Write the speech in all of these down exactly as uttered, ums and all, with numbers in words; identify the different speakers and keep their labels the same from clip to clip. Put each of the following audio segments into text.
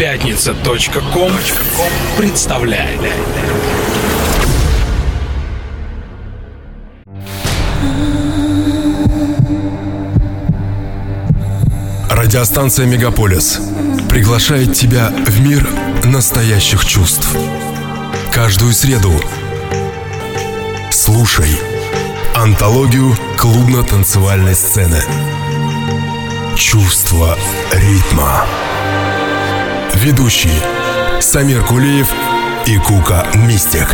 Speaker 1: Пятница точка ком представляет.
Speaker 2: Радиостанция «Мегаполис» приглашает тебя в мир настоящих чувств. Каждую среду слушай антологию клубно-танцевальной сцены «Чувство ритма». Ведущие Самир Кулиев и Кука Мистик.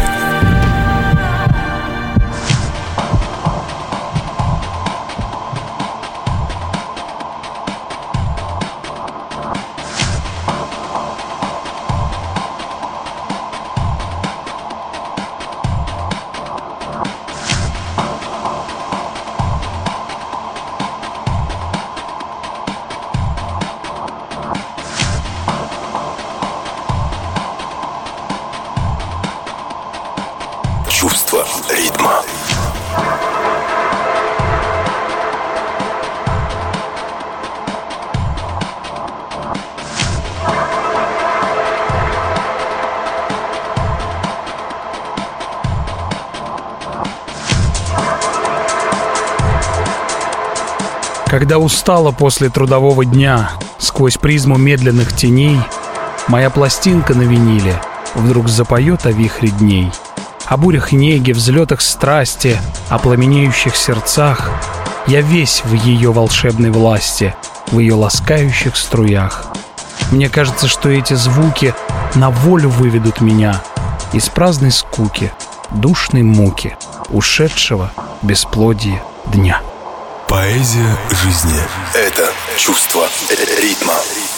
Speaker 2: Чувство ритма.
Speaker 3: Когда устала после трудового дня, сквозь призму медленных теней, моя пластинка на виниле вдруг запоет о вихре дней. О бурях неги, взлетах страсти, о пламенеющих сердцах. Я весь в ее волшебной власти, в ее ласкающих струях. Мне кажется, что эти звуки на волю выведут меня из праздной скуки, душной муки, ушедшего бесплодия дня.
Speaker 2: Поэзия жизни — это чувство ритма.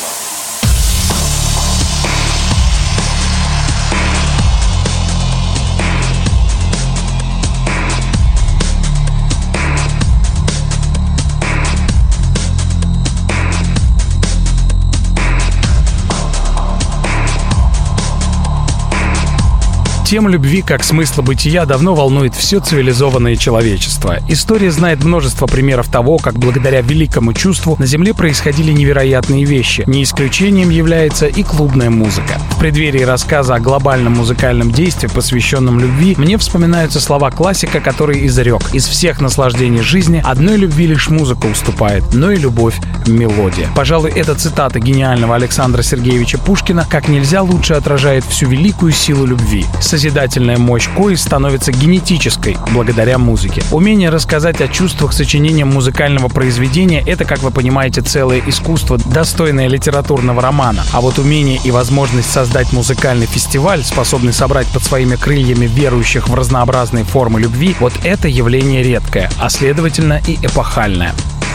Speaker 3: Тема любви как смысла бытия давно волнует все цивилизованное человечество. История знает множество примеров того, как благодаря великому чувству на Земле происходили невероятные вещи. Не исключением является и клубная музыка. В преддверии рассказа о глобальном музыкальном действии, посвященном любви, мне вспоминаются слова классика, который изрек: «Из всех наслаждений жизни одной любви лишь музыка уступает, но и любовь — мелодия». Пожалуй, эта цитата гениального Александра Сергеевича Пушкина как нельзя лучше отражает всю великую силу любви. Созидательная мощь кои становится генетической благодаря музыке. Умение рассказать о чувствах сочинением музыкального произведения — это, как вы понимаете, целое искусство, достойное литературного романа. А вот умение и возможность создать музыкальный фестиваль, способный собрать под своими крыльями верующих в разнообразные формы любви, вот это явление редкое, а следовательно и эпохальное.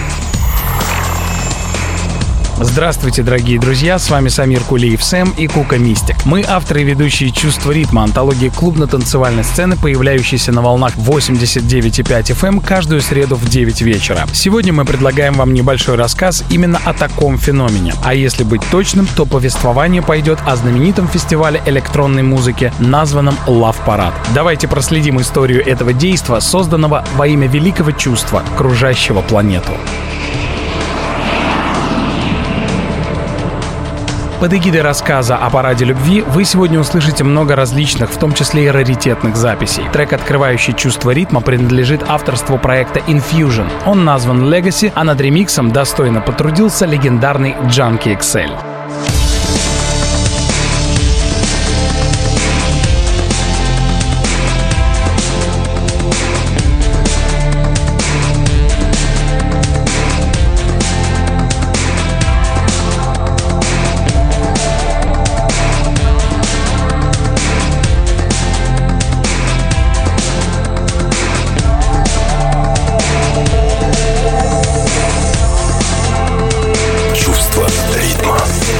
Speaker 3: Здравствуйте, дорогие друзья, с вами Самир Кулиев Сэм и Кука Мистик. Мы авторы и ведущие «Чувство ритма», антологии клубно-танцевальной сцены, появляющейся на волнах восемьдесят девять и пять эф эм каждую среду в девять вечера. Сегодня мы предлагаем вам небольшой рассказ именно о таком феномене. А если быть точным, то повествование пойдет о знаменитом фестивале электронной музыки, названном Love Parade. Давайте проследим историю этого действа, созданного во имя великого чувства, кружащего планету. Под эгидой рассказа о параде любви вы сегодня услышите много различных, в том числе и раритетных записей. Трек, открывающий чувство ритма, принадлежит авторству проекта Infusion. Он назван Legacy, а над ремиксом достойно потрудился легендарный Junkie икс эль.
Speaker 2: Чувство ритма.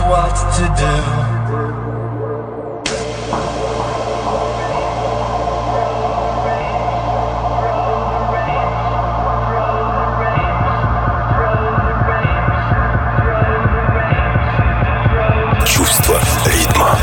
Speaker 4: what to do.
Speaker 2: Чувство ритма.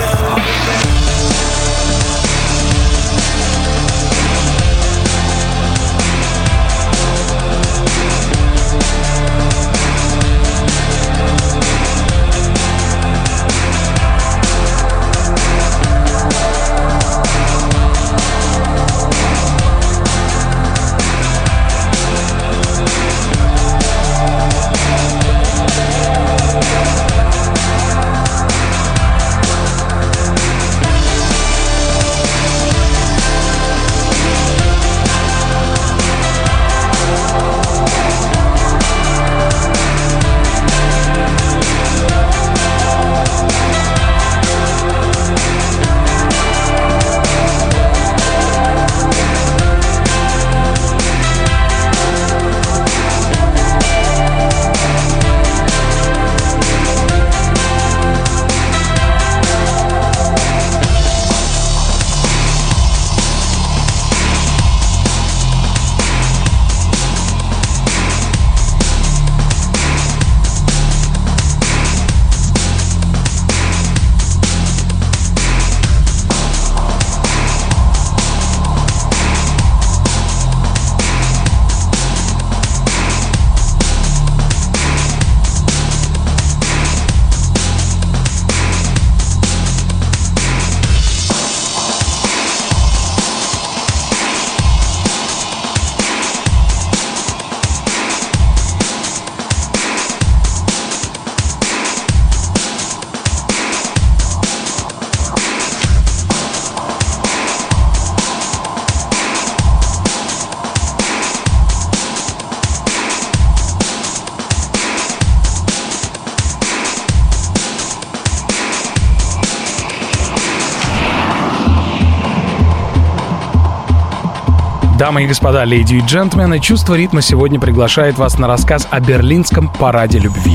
Speaker 3: Дамы и господа, леди и джентльмены, «Чувство ритма» сегодня приглашает вас на рассказ о Берлинском параде любви.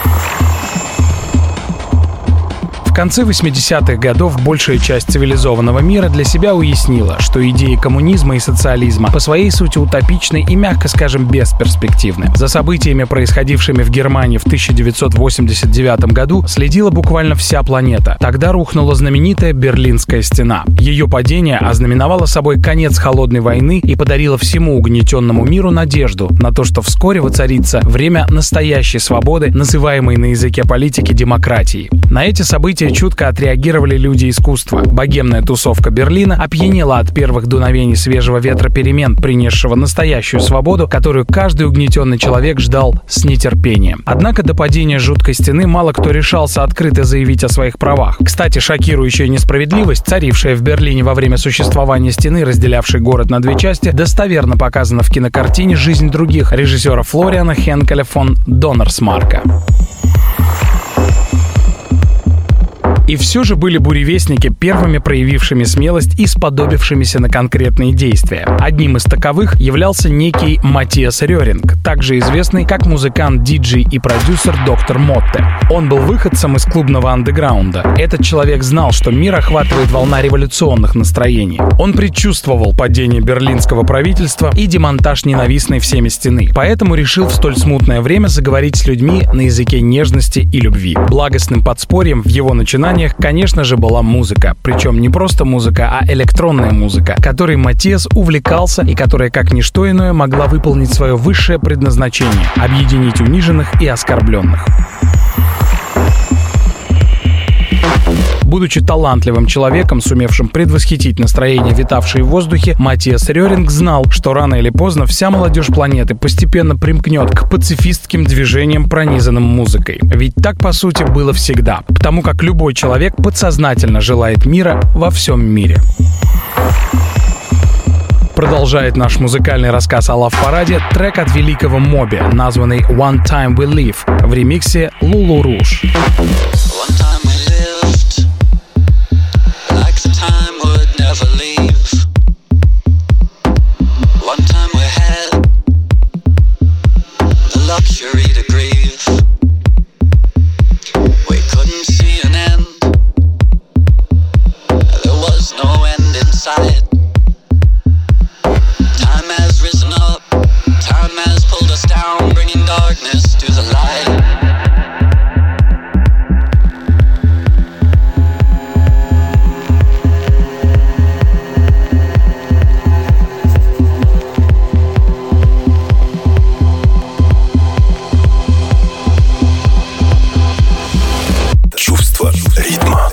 Speaker 3: В конце восьмидесятых годов большая часть цивилизованного мира для себя уяснила, что идеи коммунизма и социализма по своей сути утопичны и, мягко скажем, бесперспективны. За событиями, происходившими в Германии в тысяча девятьсот восемьдесят девятом году, следила буквально вся планета. Тогда рухнула знаменитая Берлинская стена. Ее падение ознаменовало собой конец холодной войны и подарило всему угнетенному миру надежду на то, что вскоре воцарится время настоящей свободы, называемой на языке политики демократией. На эти события чутко отреагировали люди искусства. Богемная тусовка Берлина опьянела от первых дуновений свежего ветра перемен, принесшего настоящую свободу, которую каждый угнетенный человек ждал с нетерпением. Однако до падения жуткой стены мало кто решался открыто заявить о своих правах. Кстати, шокирующая несправедливость, царившая в Берлине во время существования стены, разделявшей город на две части, достоверно показана в кинокартине «Жизнь других» режиссера Флориана Хенкеля фон Доннерсмарка. И все же были буревестники, первыми проявившими смелость и сподобившимися на конкретные действия. Одним из таковых являлся некий Матиас Рёринг, также известный как музыкант, диджей и продюсер доктор Мотте. Он был выходцем из клубного андеграунда. Этот человек знал, что мир охватывает волна революционных настроений. Он предчувствовал падение берлинского правительства и демонтаж ненавистной всеми стены. Поэтому решил в столь смутное время заговорить с людьми на языке нежности и любви. Благостным подспорьем в его начинаниях, конечно же, была музыка. Причем не просто музыка, а электронная музыка, которой Матиас увлекался и которая, как ничто иное, могла выполнить свое высшее предназначение — объединить униженных и оскорбленных. Будучи талантливым человеком, сумевшим предвосхитить настроение, витавшее в воздухе, Матиас Рёринг знал, что рано или поздно вся молодежь планеты постепенно примкнет к пацифистским движениям, пронизанным музыкой. Ведь так, по сути, было всегда, потому как любой человек подсознательно желает мира во всем мире. Продолжает наш музыкальный рассказ о лав-параде трек от великого Моби, названный «One Time We Live» в ремиксе Лулу Руж.
Speaker 5: Never leave. One time we had the luxury to grieve. We couldn't side. Time has risen up, time has pulled us down, bringing darkness to the light.
Speaker 2: Ритма.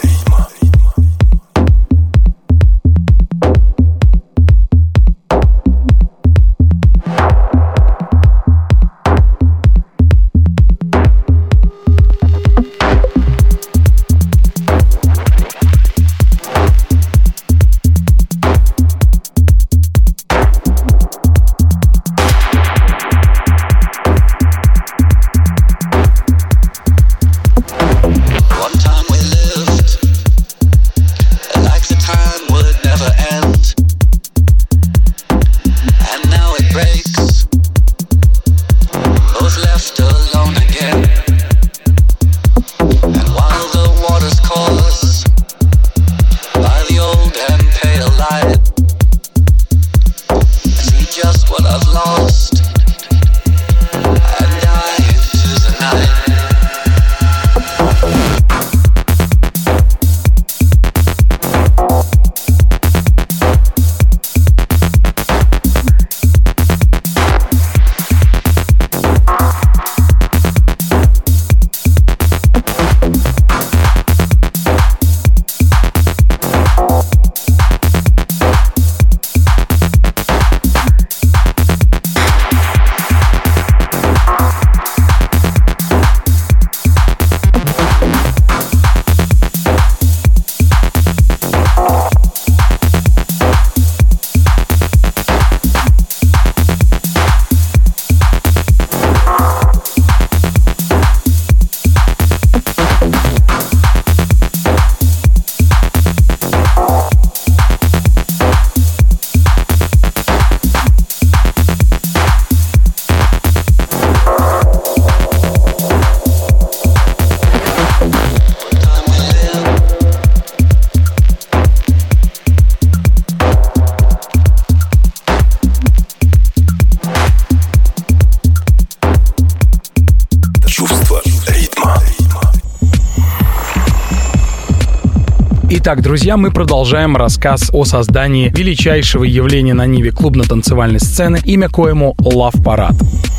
Speaker 3: Итак, друзья, мы продолжаем рассказ о создании величайшего явления на ниве клубно-танцевальной сцены, имя коему Love Parade.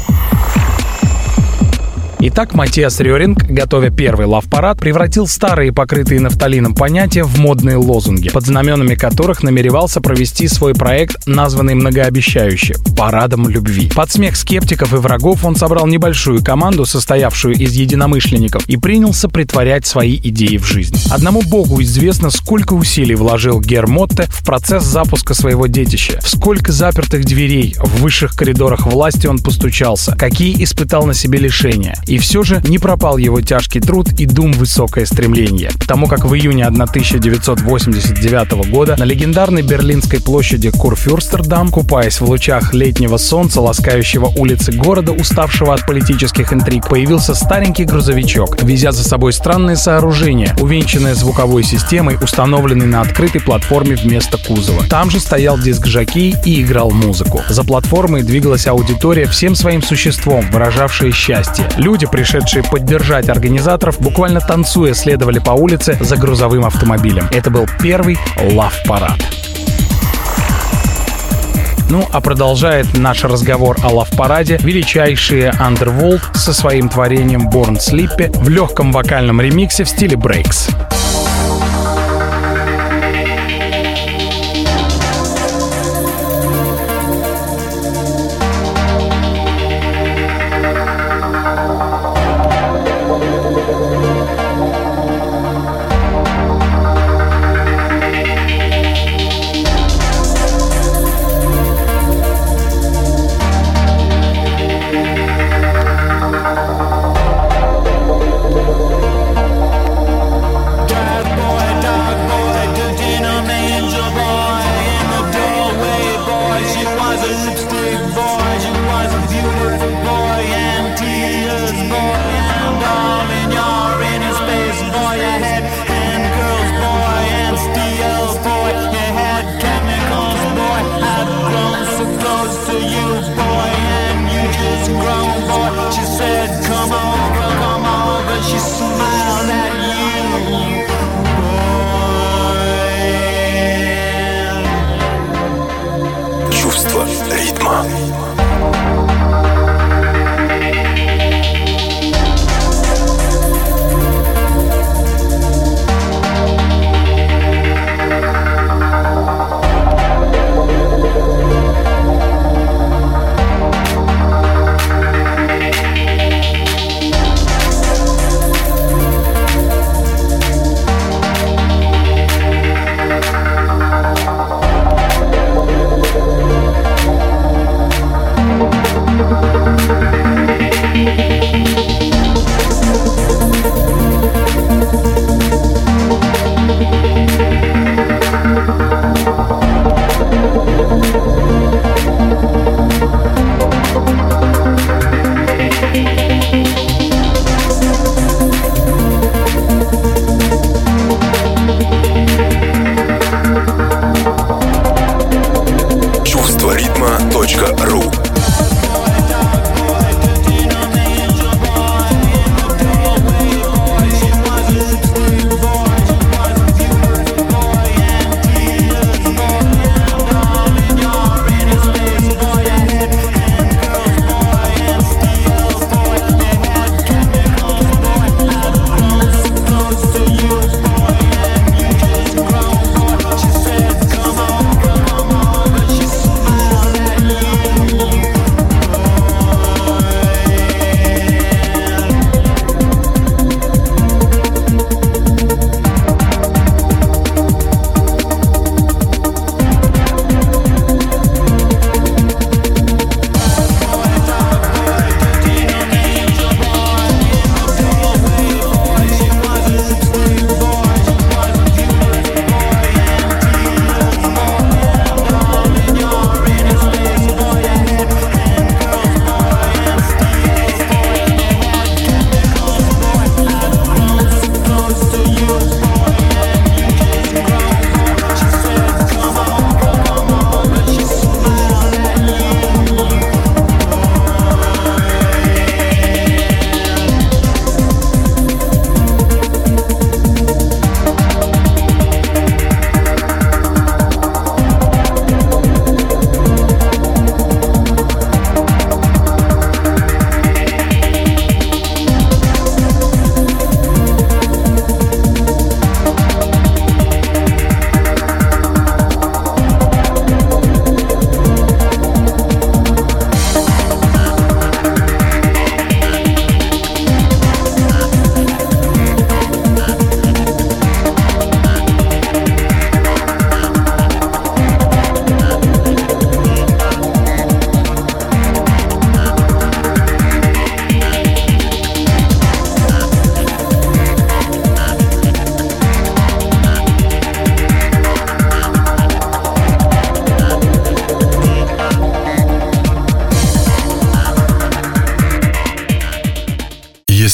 Speaker 3: Итак, Матиас Рёринг, готовя первый Love Parade, превратил старые, покрытые нафталином понятия в модные лозунги, под знаменами которых намеревался провести свой проект, названный многообещающе «Парадом любви». Под смех скептиков и врагов он собрал небольшую команду, состоявшую из единомышленников, и принялся притворять свои идеи в жизнь. Одному богу известно, сколько усилий вложил Гер Мотте в процесс запуска своего детища, в сколько запертых дверей в высших коридорах власти он постучался, какие испытал на себе лишения. И все же не пропал его тяжкий труд и дум высокое стремление. Потому как в июне тысяча девятьсот восемьдесят девятого года на легендарной берлинской площади Курфюрстердам, купаясь в лучах летнего солнца, ласкающего улицы города, уставшего от политических интриг, появился старенький грузовичок, везя за собой странное сооружение, увенчанное звуковой системой, установленной на открытой платформе вместо кузова. Там же стоял диск-жокей и играл музыку. За платформой двигалась аудитория всем своим существом, выражавшая счастье. Люди, пришедшие поддержать организаторов, буквально танцуя следовали по улице за грузовым автомобилем. Это был первый Love Parade. Ну, а продолжает наш разговор о Love Parade величайшие Underworld со своим творением Born Slippy в легком вокальном ремиксе в стиле Breaks.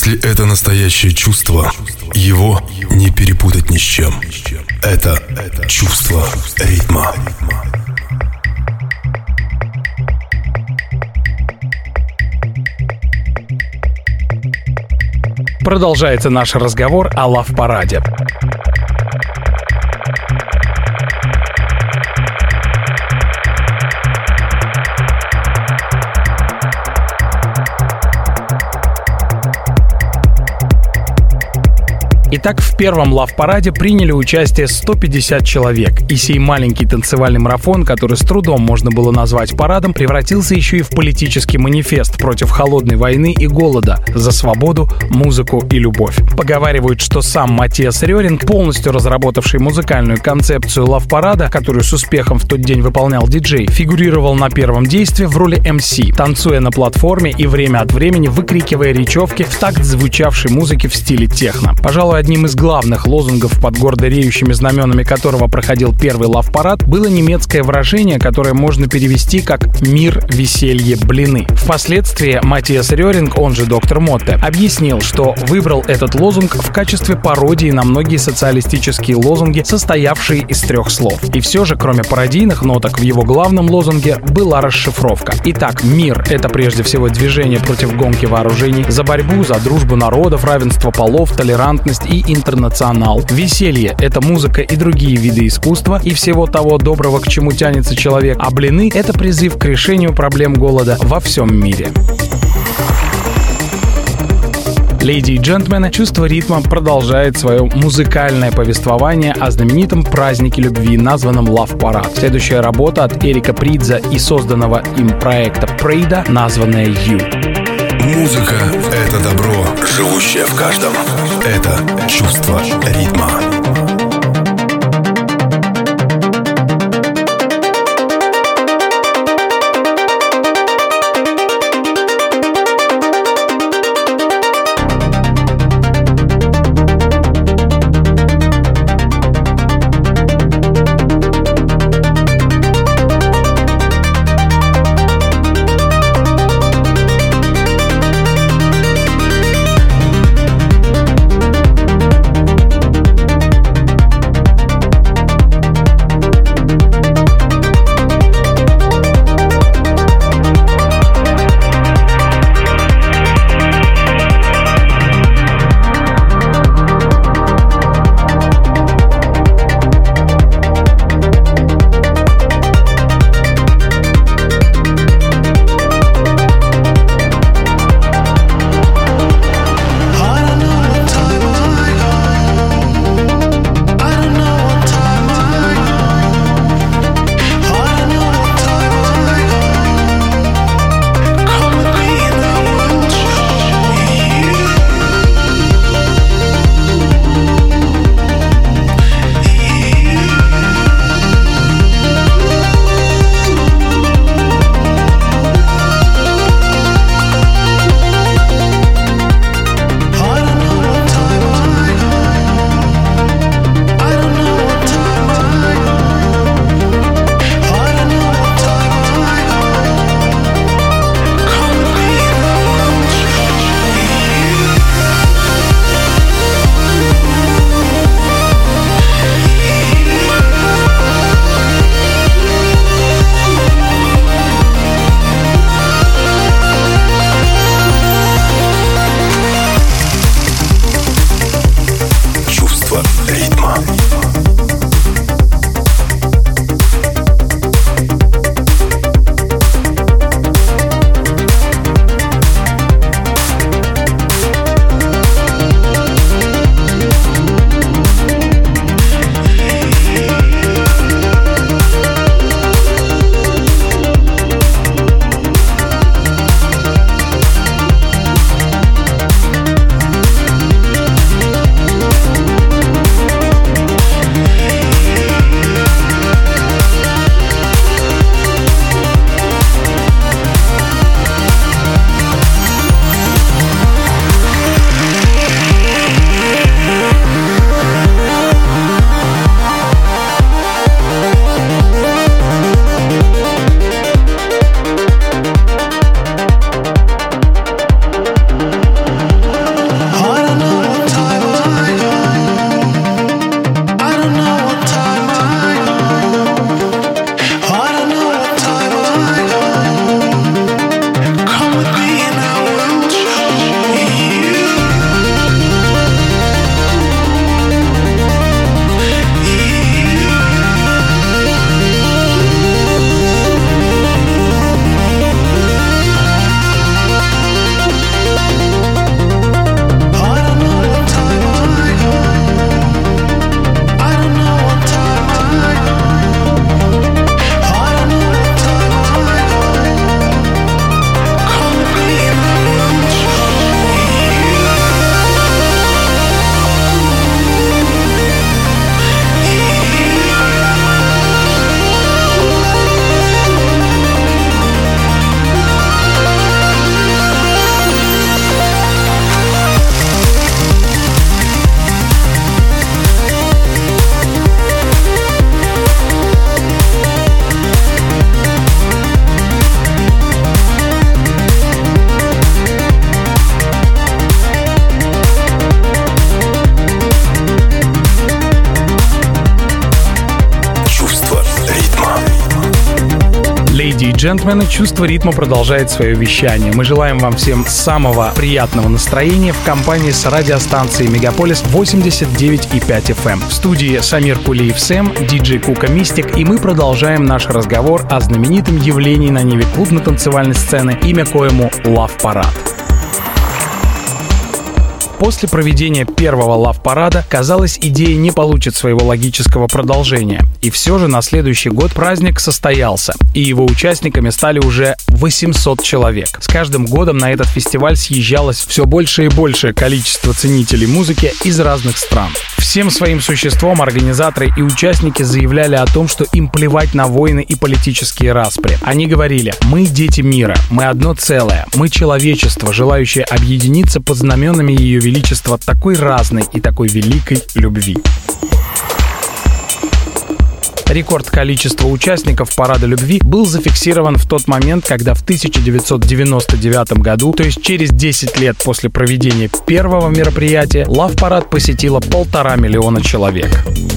Speaker 2: Если это настоящее чувство, его не перепутать ни с чем. Это чувство ритма.
Speaker 3: Продолжается наш разговор о лав-параде. Итак, в первом лав-параде приняли участие сто пятьдесят человек, и сей маленький танцевальный марафон, который с трудом можно было назвать парадом, превратился еще и в политический манифест против холодной войны и голода, за свободу, музыку и любовь. Поговаривают, что сам Матиас Рёринг, полностью разработавший музыкальную концепцию лав-парада, которую с успехом в тот день выполнял диджей, фигурировал на первом действии в роли эм си, танцуя на платформе и время от времени выкрикивая речевки в такт звучавшей музыки в стиле техно. Пожалуй, одним из главных лозунгов, под гордо реющими знаменами которого проходил первый лав-парад, было немецкое выражение, которое можно перевести как «мир, веселье, блины». Впоследствии Матиас Рёринг, он же доктор Мотте, объяснил, что выбрал этот лозунг в качестве пародии на многие социалистические лозунги, состоявшие из трех слов. И все же, кроме пародийных ноток, в его главном лозунге была расшифровка. Итак, мир — это прежде всего движение против гонки вооружений, за борьбу, за дружбу народов, равенство полов, толерантность и интернационал. Веселье — это музыка и другие виды искусства и всего того доброго, к чему тянется человек. А блины — это призыв к решению проблем голода во всем мире. Леди и джентльмены, чувство ритма продолжает свое музыкальное повествование о знаменитом празднике любви, названном Love Parade. Следующая работа от Эрика Придза и созданного им проекта Прейда, названная You.
Speaker 2: Музыка — это добро, живущее в каждом. Это чувство ритма.
Speaker 3: Леди и джентльмены, чувство ритма продолжает свое вещание. Мы желаем вам всем самого приятного настроения в компании с радиостанцией Мегаполис восемьдесят девять и пять эф эм. В студии Самир Кулиев Сэм, диджей Кука Мистик, и мы продолжаем наш разговор о знаменитом явлении на ниве клубно-танцевальной сцены, имя коему Love Parade. После проведения первого лав-парада, казалось, идея не получит своего логического продолжения. И все же на следующий год праздник состоялся, и его участниками стали уже восемьсот человек. С каждым годом на этот фестиваль съезжалось все большее и большее количество ценителей музыки из разных стран. Всем своим существом организаторы и участники заявляли о том, что им плевать на войны и политические распри. Они говорили: «Мы дети мира, мы одно целое, мы человечество, желающее объединиться под знаменами Ее Величества такой разной и такой великой любви». Рекорд количества участников Парада любви был зафиксирован в тот момент, когда в тысяча девятьсот девяносто девятом году, то есть через десять лет после проведения первого мероприятия, Love Parade посетило полтора миллиона человек.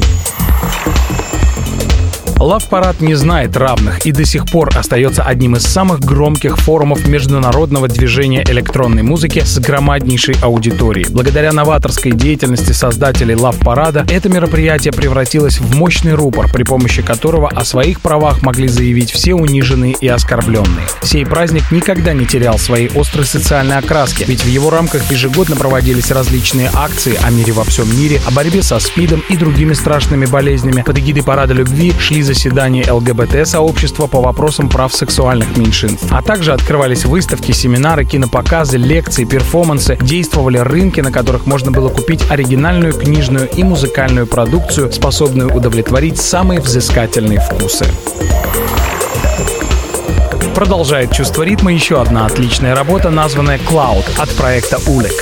Speaker 3: Love Parade не знает равных и до сих пор остается одним из самых громких форумов международного движения электронной музыки с громаднейшей аудиторией. Благодаря новаторской деятельности создателей Love Parade это мероприятие превратилось в мощный рупор, при помощи которого о своих правах могли заявить все униженные и оскорбленные. Сей праздник никогда не терял своей острой социальной окраски, ведь в его рамках ежегодно проводились различные акции о мире во всем мире, о борьбе со СПИДом и другими страшными болезнями. Под эгидой Парада любви шли заседания эл гэ бэ тэ-сообщества по вопросам прав сексуальных меньшинств. А также открывались выставки, семинары, кинопоказы, лекции, перформансы, действовали рынки, на которых можно было купить оригинальную книжную и музыкальную продукцию, способную удовлетворить самые взыскательные вкусы. Продолжает чувство ритма еще одна отличная работа, названная «Cloud» от проекта улик.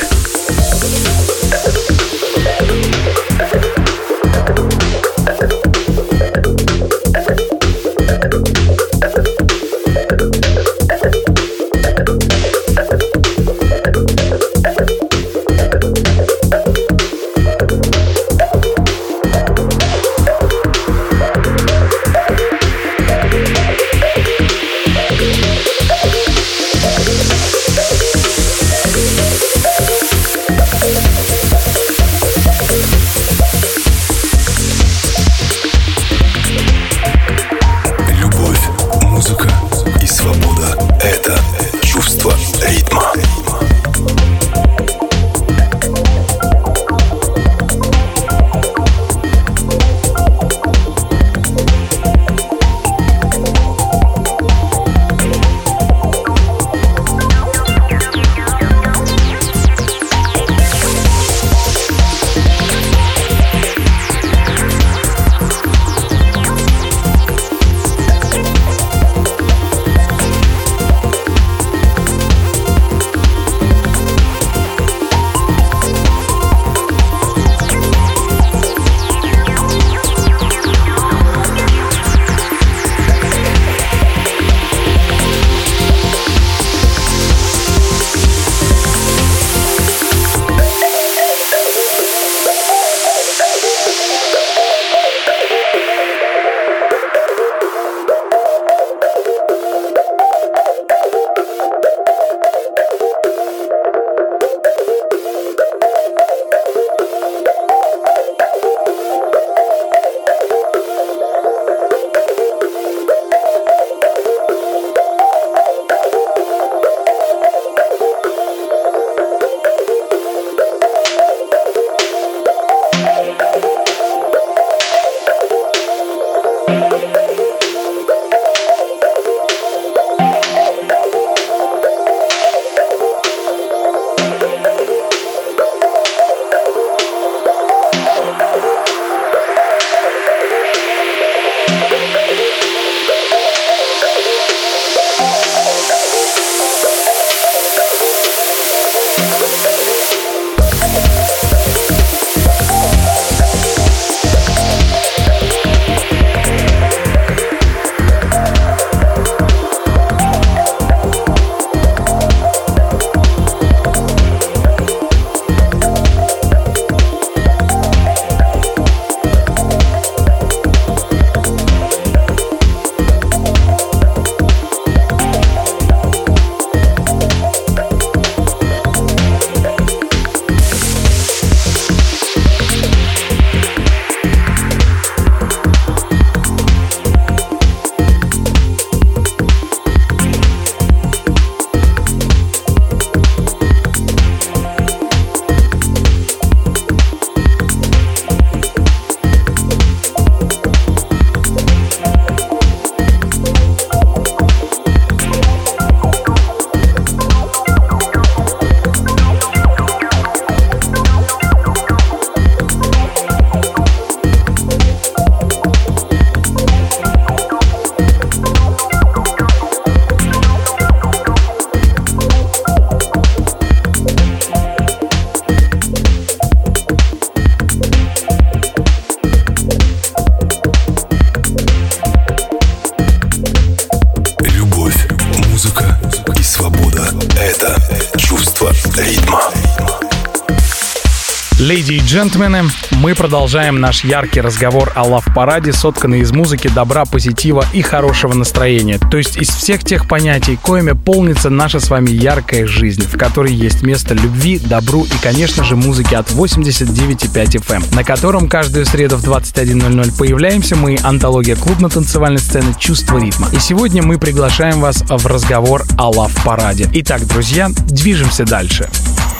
Speaker 3: Леди и джентльмены, мы продолжаем наш яркий разговор о лав-параде, сотканный из музыки, добра, позитива и хорошего настроения. То есть из всех тех понятий, коими полнится наша с вами яркая жизнь, в которой есть место любви, добру и, конечно же, музыке от восемьдесят девять и пять эф эм, на котором каждую среду в двадцать один ноль ноль появляемся мы, антология клубно-танцевальной сцены «Чувство ритма». И сегодня мы приглашаем вас в разговор о лав-параде. Итак, друзья, движемся дальше.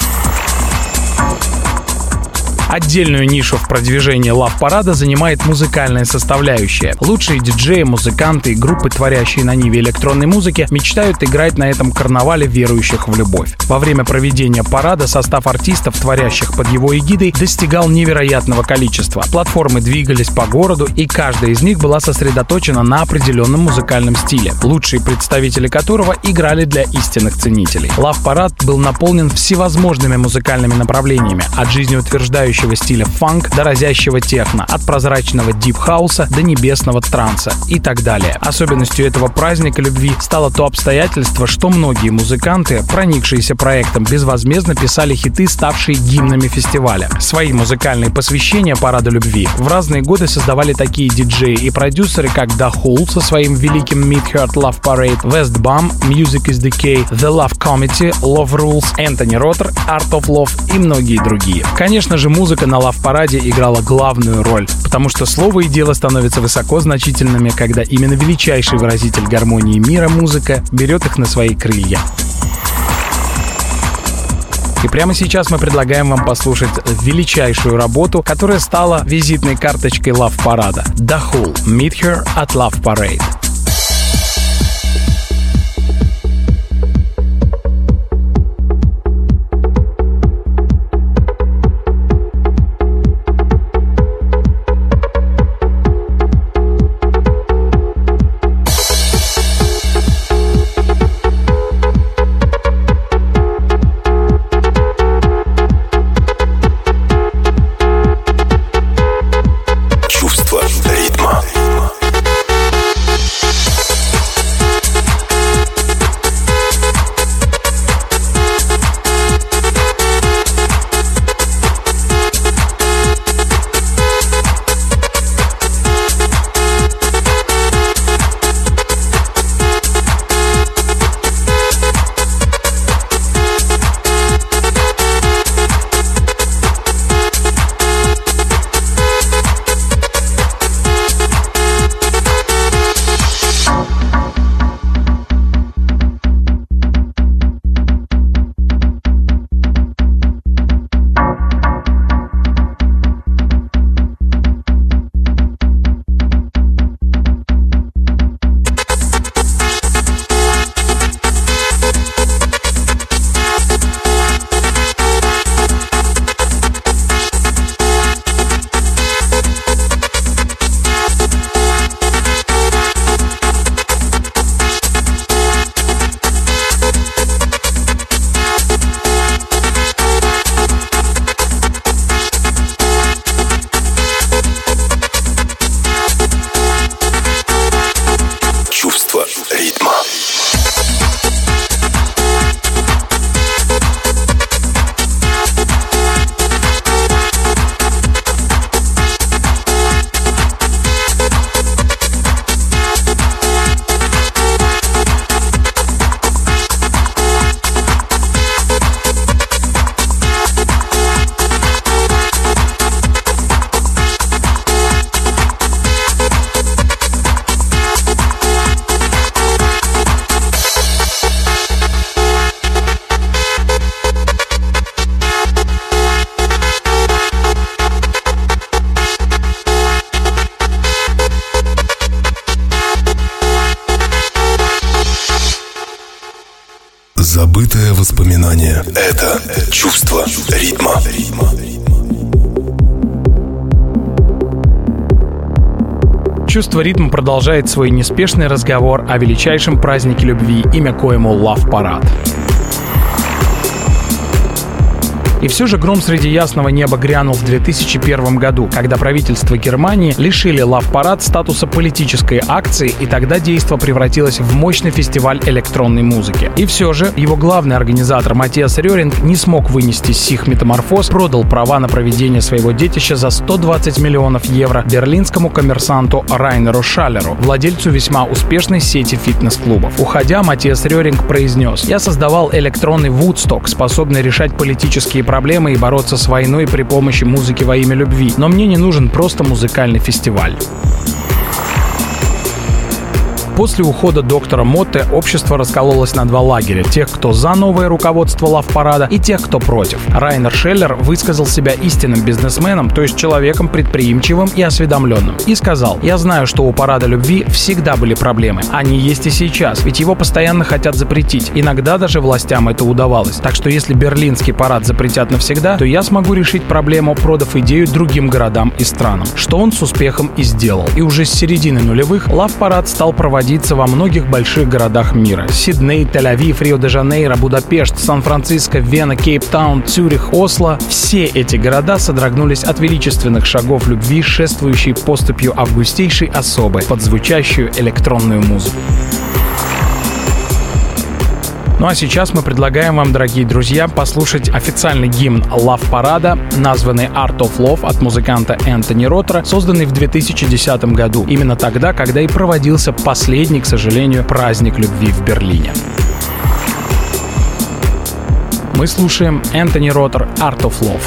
Speaker 3: Отдельную нишу в продвижении лав-парада занимает музыкальная составляющая. Лучшие диджеи, музыканты и группы, творящие на ниве электронной музыки, мечтают играть на этом карнавале верующих в любовь. Во время проведения парада состав артистов, творящих под его эгидой, достигал невероятного количества. Платформы двигались по городу, и каждая из них была сосредоточена на определенном музыкальном стиле, лучшие представители которого играли для истинных ценителей. Лав-парад был наполнен всевозможными музыкальными направлениями, от жизнеутверждающих стиля фанк до разящего техно, от прозрачного дип-хауса до небесного транса и так далее. Особенностью этого праздника любви стало то обстоятельство, что многие музыканты, проникшиеся проектом, безвозмездно писали хиты, ставшие гимнами фестиваля. Свои музыкальные посвящения параду любви в разные годы создавали такие диджеи и продюсеры, как Da Hole со своим великим Mid-Heart Love Parade, Westbam, Music is Decay, The Love Committee, Love Rules, Энтони Роттер, Art of Love и многие другие. Конечно же, музыка на лав-параде играла главную роль, потому что слово и дело становятся высоко значительными, когда именно величайший выразитель гармонии мира, музыка, берет их на свои крылья. И прямо сейчас мы предлагаем вам послушать величайшую работу, которая стала визитной карточкой лав-парада. Da Hole, Meet Her at Love Parade.
Speaker 2: Забытое воспоминание — это чувство ритма.
Speaker 3: Чувство ритма продолжает свой неспешный разговор о величайшем празднике любви, имя коему лав-парад. И все же гром среди ясного неба грянул в две тысячи первом году, когда правительство Германии лишили Love Parade статуса политической акции, и тогда действо превратилось в мощный фестиваль электронной музыки. И все же его главный организатор Матиас Реринг не смог вынести сих метаморфоз, продал права на проведение своего детища за сто двадцать миллионов евро берлинскому коммерсанту Райнеру Шаллеру, владельцу весьма успешной сети фитнес-клубов. Уходя, Матиас Реринг произнес: «Я создавал электронный Вудсток, способный решать политические проблемы и бороться с войной при помощи музыки во имя любви. Но мне не нужен просто музыкальный фестиваль». После ухода доктора Мотте общество раскололось на два лагеря: тех, кто за новое руководство Love Parade, и тех, кто против. Райнер Шеллер высказал себя истинным бизнесменом, то есть человеком предприимчивым и осведомленным, и сказал: «Я знаю, что у парада любви всегда были проблемы. Они есть и сейчас, ведь его постоянно хотят запретить. Иногда даже властям это удавалось. Так что если берлинский парад запретят навсегда, то я смогу решить проблему, продав идею другим городам и странам». Что он с успехом и сделал. И уже с середины нулевых Love Parade стал проводить во многих больших городах мира: Сидней, Тель-Авив, Рио-де-Жанейро, Будапешт, Сан-Франциско, Вена, Кейптаун, Цюрих, Осло. Все эти города содрогнулись от величественных шагов любви, шествующей поступью августейшей особы под звучащую электронную музыку. Ну а сейчас мы предлагаем вам, дорогие друзья, послушать официальный гимн Love Parade, названный Art of Love от музыканта Энтони Ротера, созданный в две тысячи десятом году, именно тогда, когда и проводился последний, к сожалению, праздник любви в Берлине. Мы слушаем Энтони Ротер Art of Love.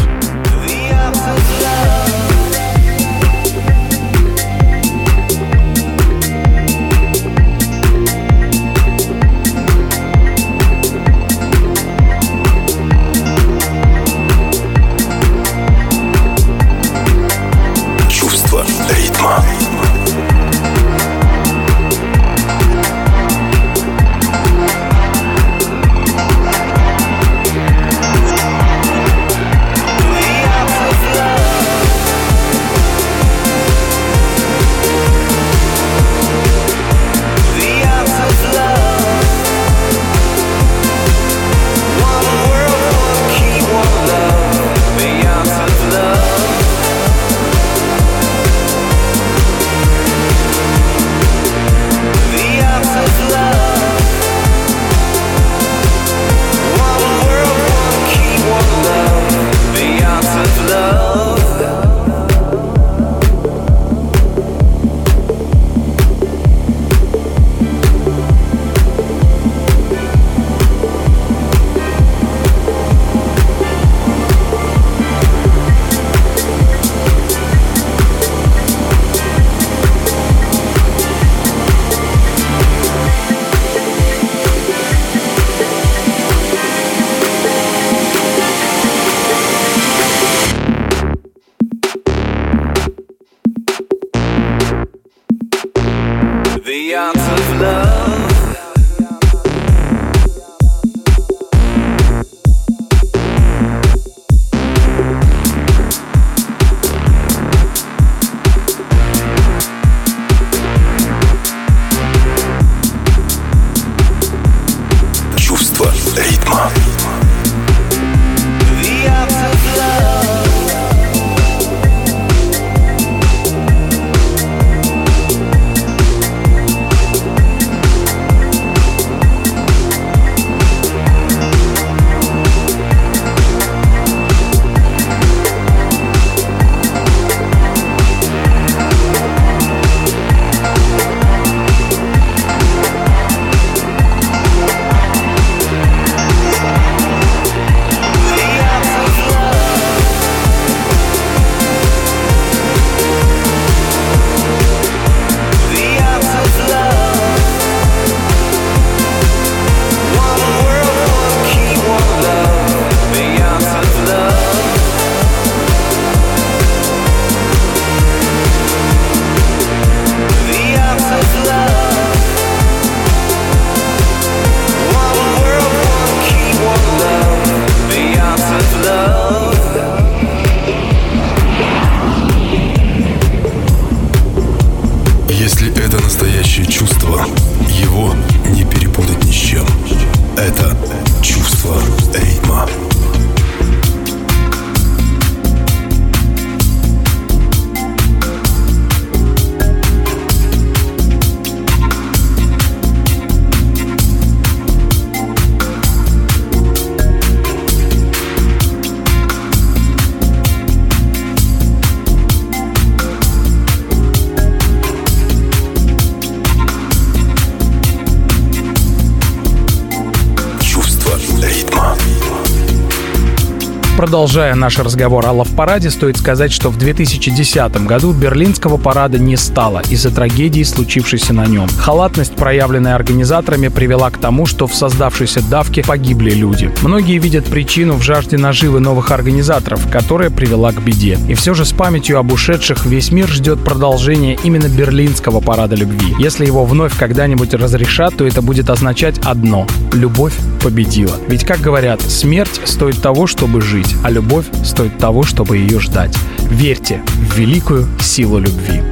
Speaker 3: Продолжая наш разговор о лав-параде, стоит сказать, что в две тысячи десятом году берлинского парада не стало из-за трагедии, случившейся на нем. Халатность, проявленная организаторами, привела к тому, что в создавшейся давке погибли люди. Многие видят причину в жажде наживы новых организаторов, которая привела к беде. И все же с памятью об ушедших весь мир ждет продолжения именно берлинского парада любви. Если его вновь когда-нибудь разрешат, то это будет означать одно — любовь победила. Ведь, как говорят, смерть стоит того, чтобы жить, а любовь стоит того, чтобы ее ждать. Верьте в великую силу любви.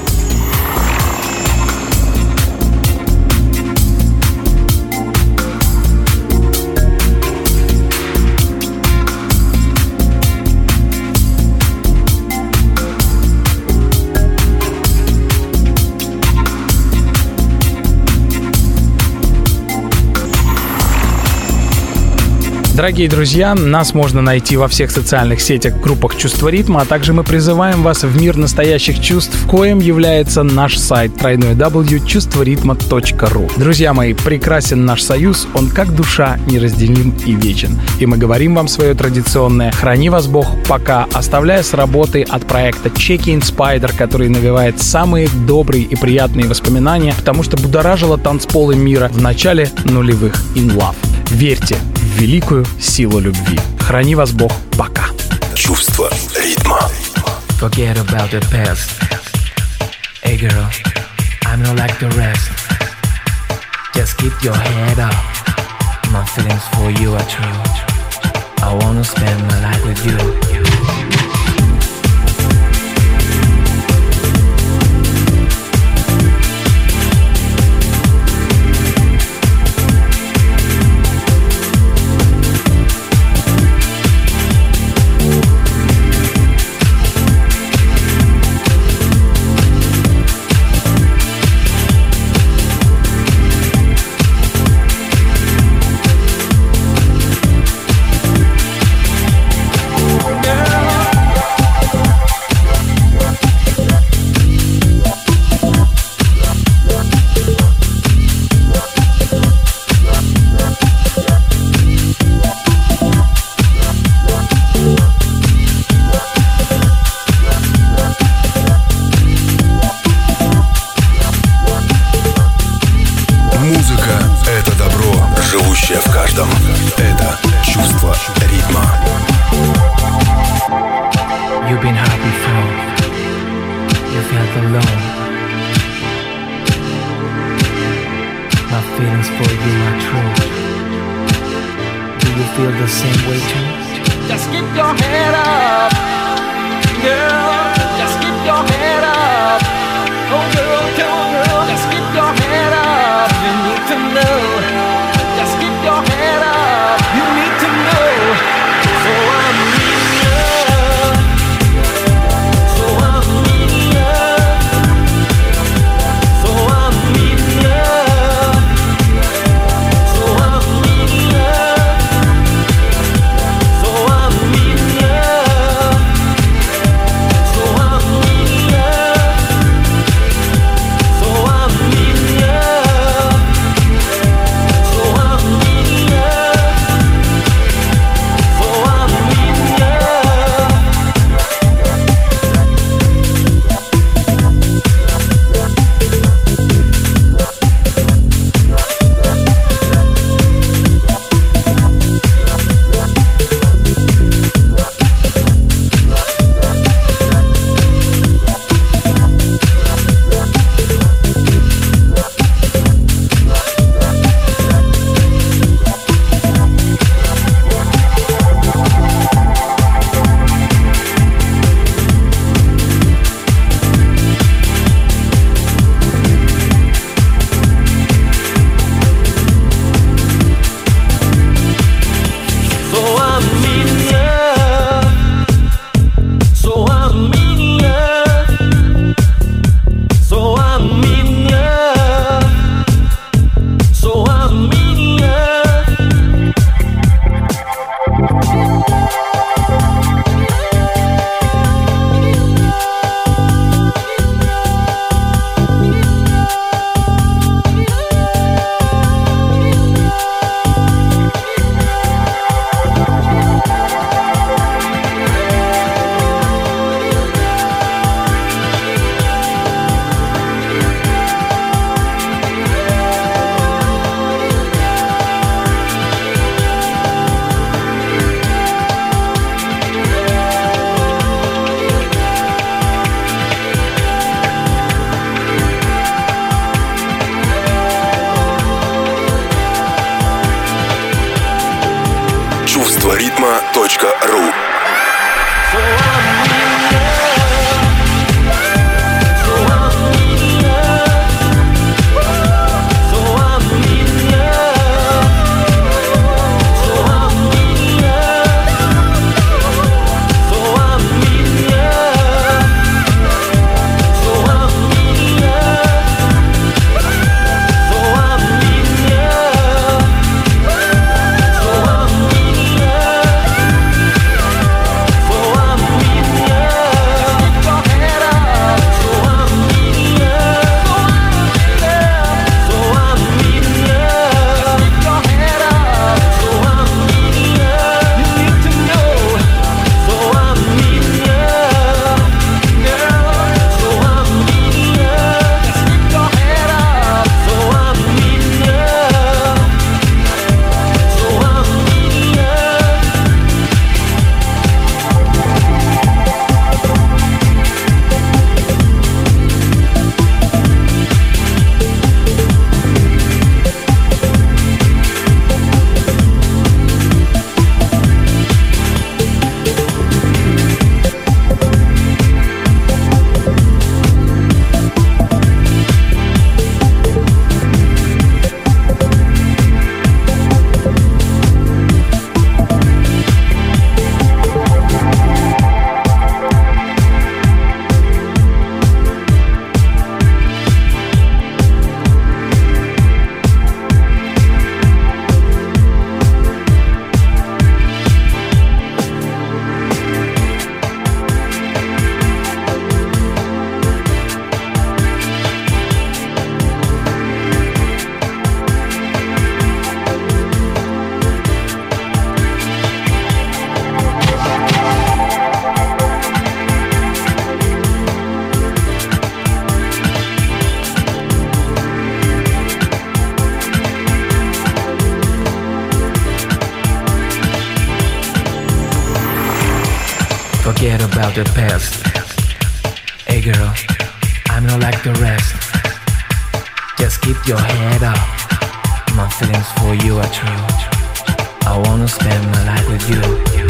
Speaker 3: Дорогие друзья, нас можно найти во всех социальных сетях, группах «Чувство ритма», а также мы призываем вас в мир настоящих чувств, коим является наш сайт дабл ю дабл ю дабл ю точка чувство ритма точка ру. Друзья мои, прекрасен наш союз, он как душа неразделим и вечен. И мы говорим вам свое традиционное «Храни вас Бог пока», оставляя с работы от проекта Check-in Spider, который навевает самые добрые и приятные воспоминания, потому что будоражило танцполы мира в начале нулевых. In Love. Верьте в великую силу любви. Храни вас Бог пока.
Speaker 2: Чувство ритма.
Speaker 4: Forget about the past. Hey girl, I'm not like the rest. Just keep your head up. My feelings for you are true. I wanna spend my life with you.
Speaker 2: чувство ритма точка ру.
Speaker 4: Forget about the past. Hey girl, I'm not like the rest. Just keep your head up. My feelings for you are true. I wanna spend my life with you.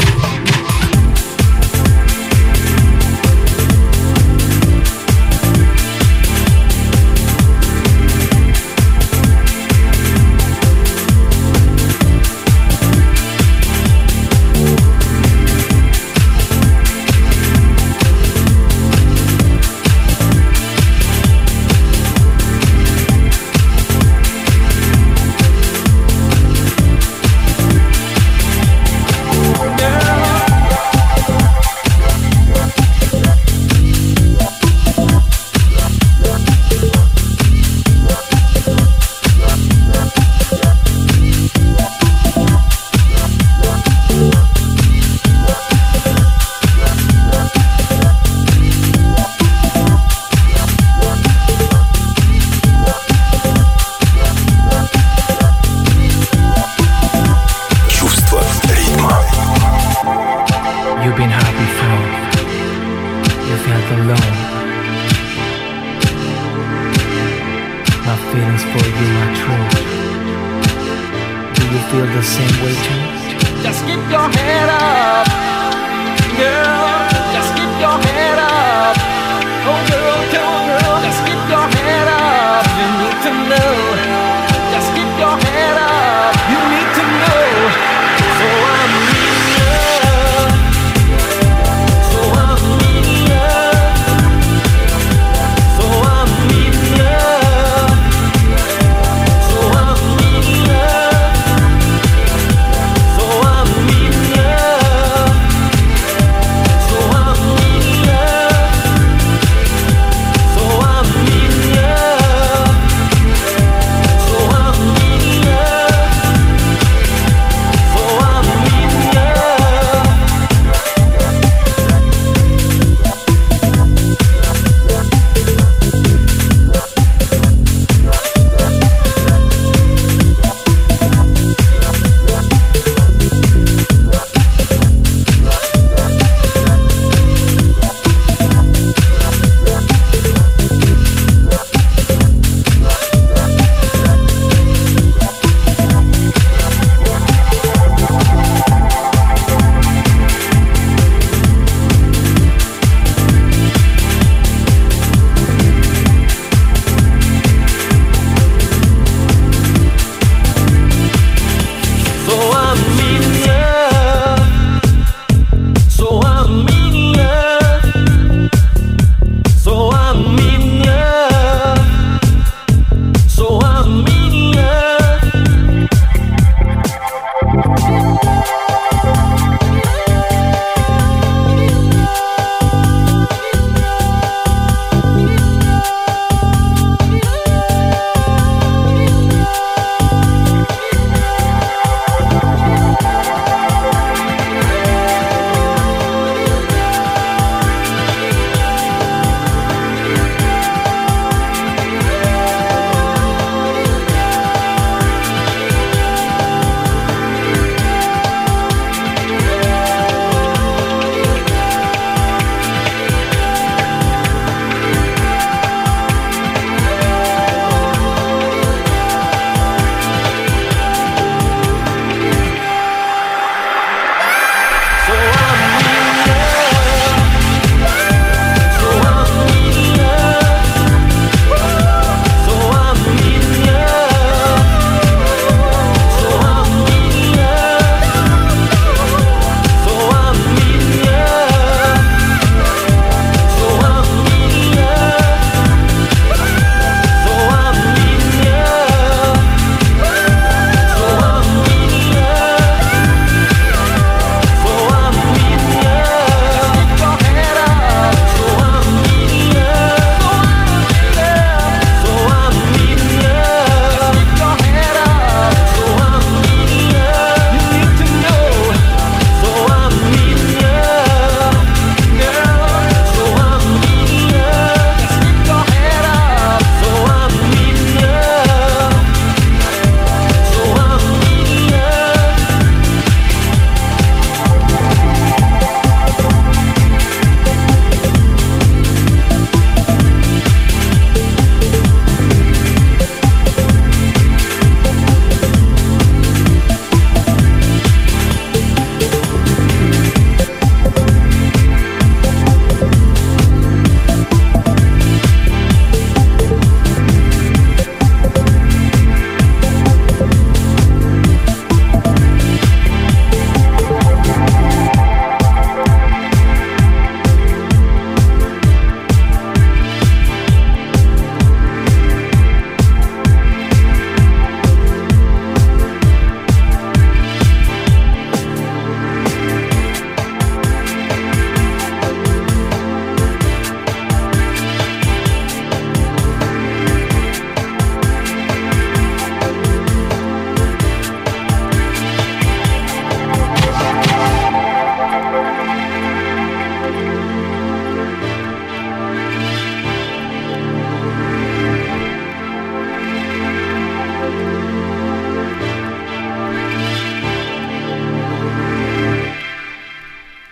Speaker 6: Girl, just keep your head up. Oh, girl.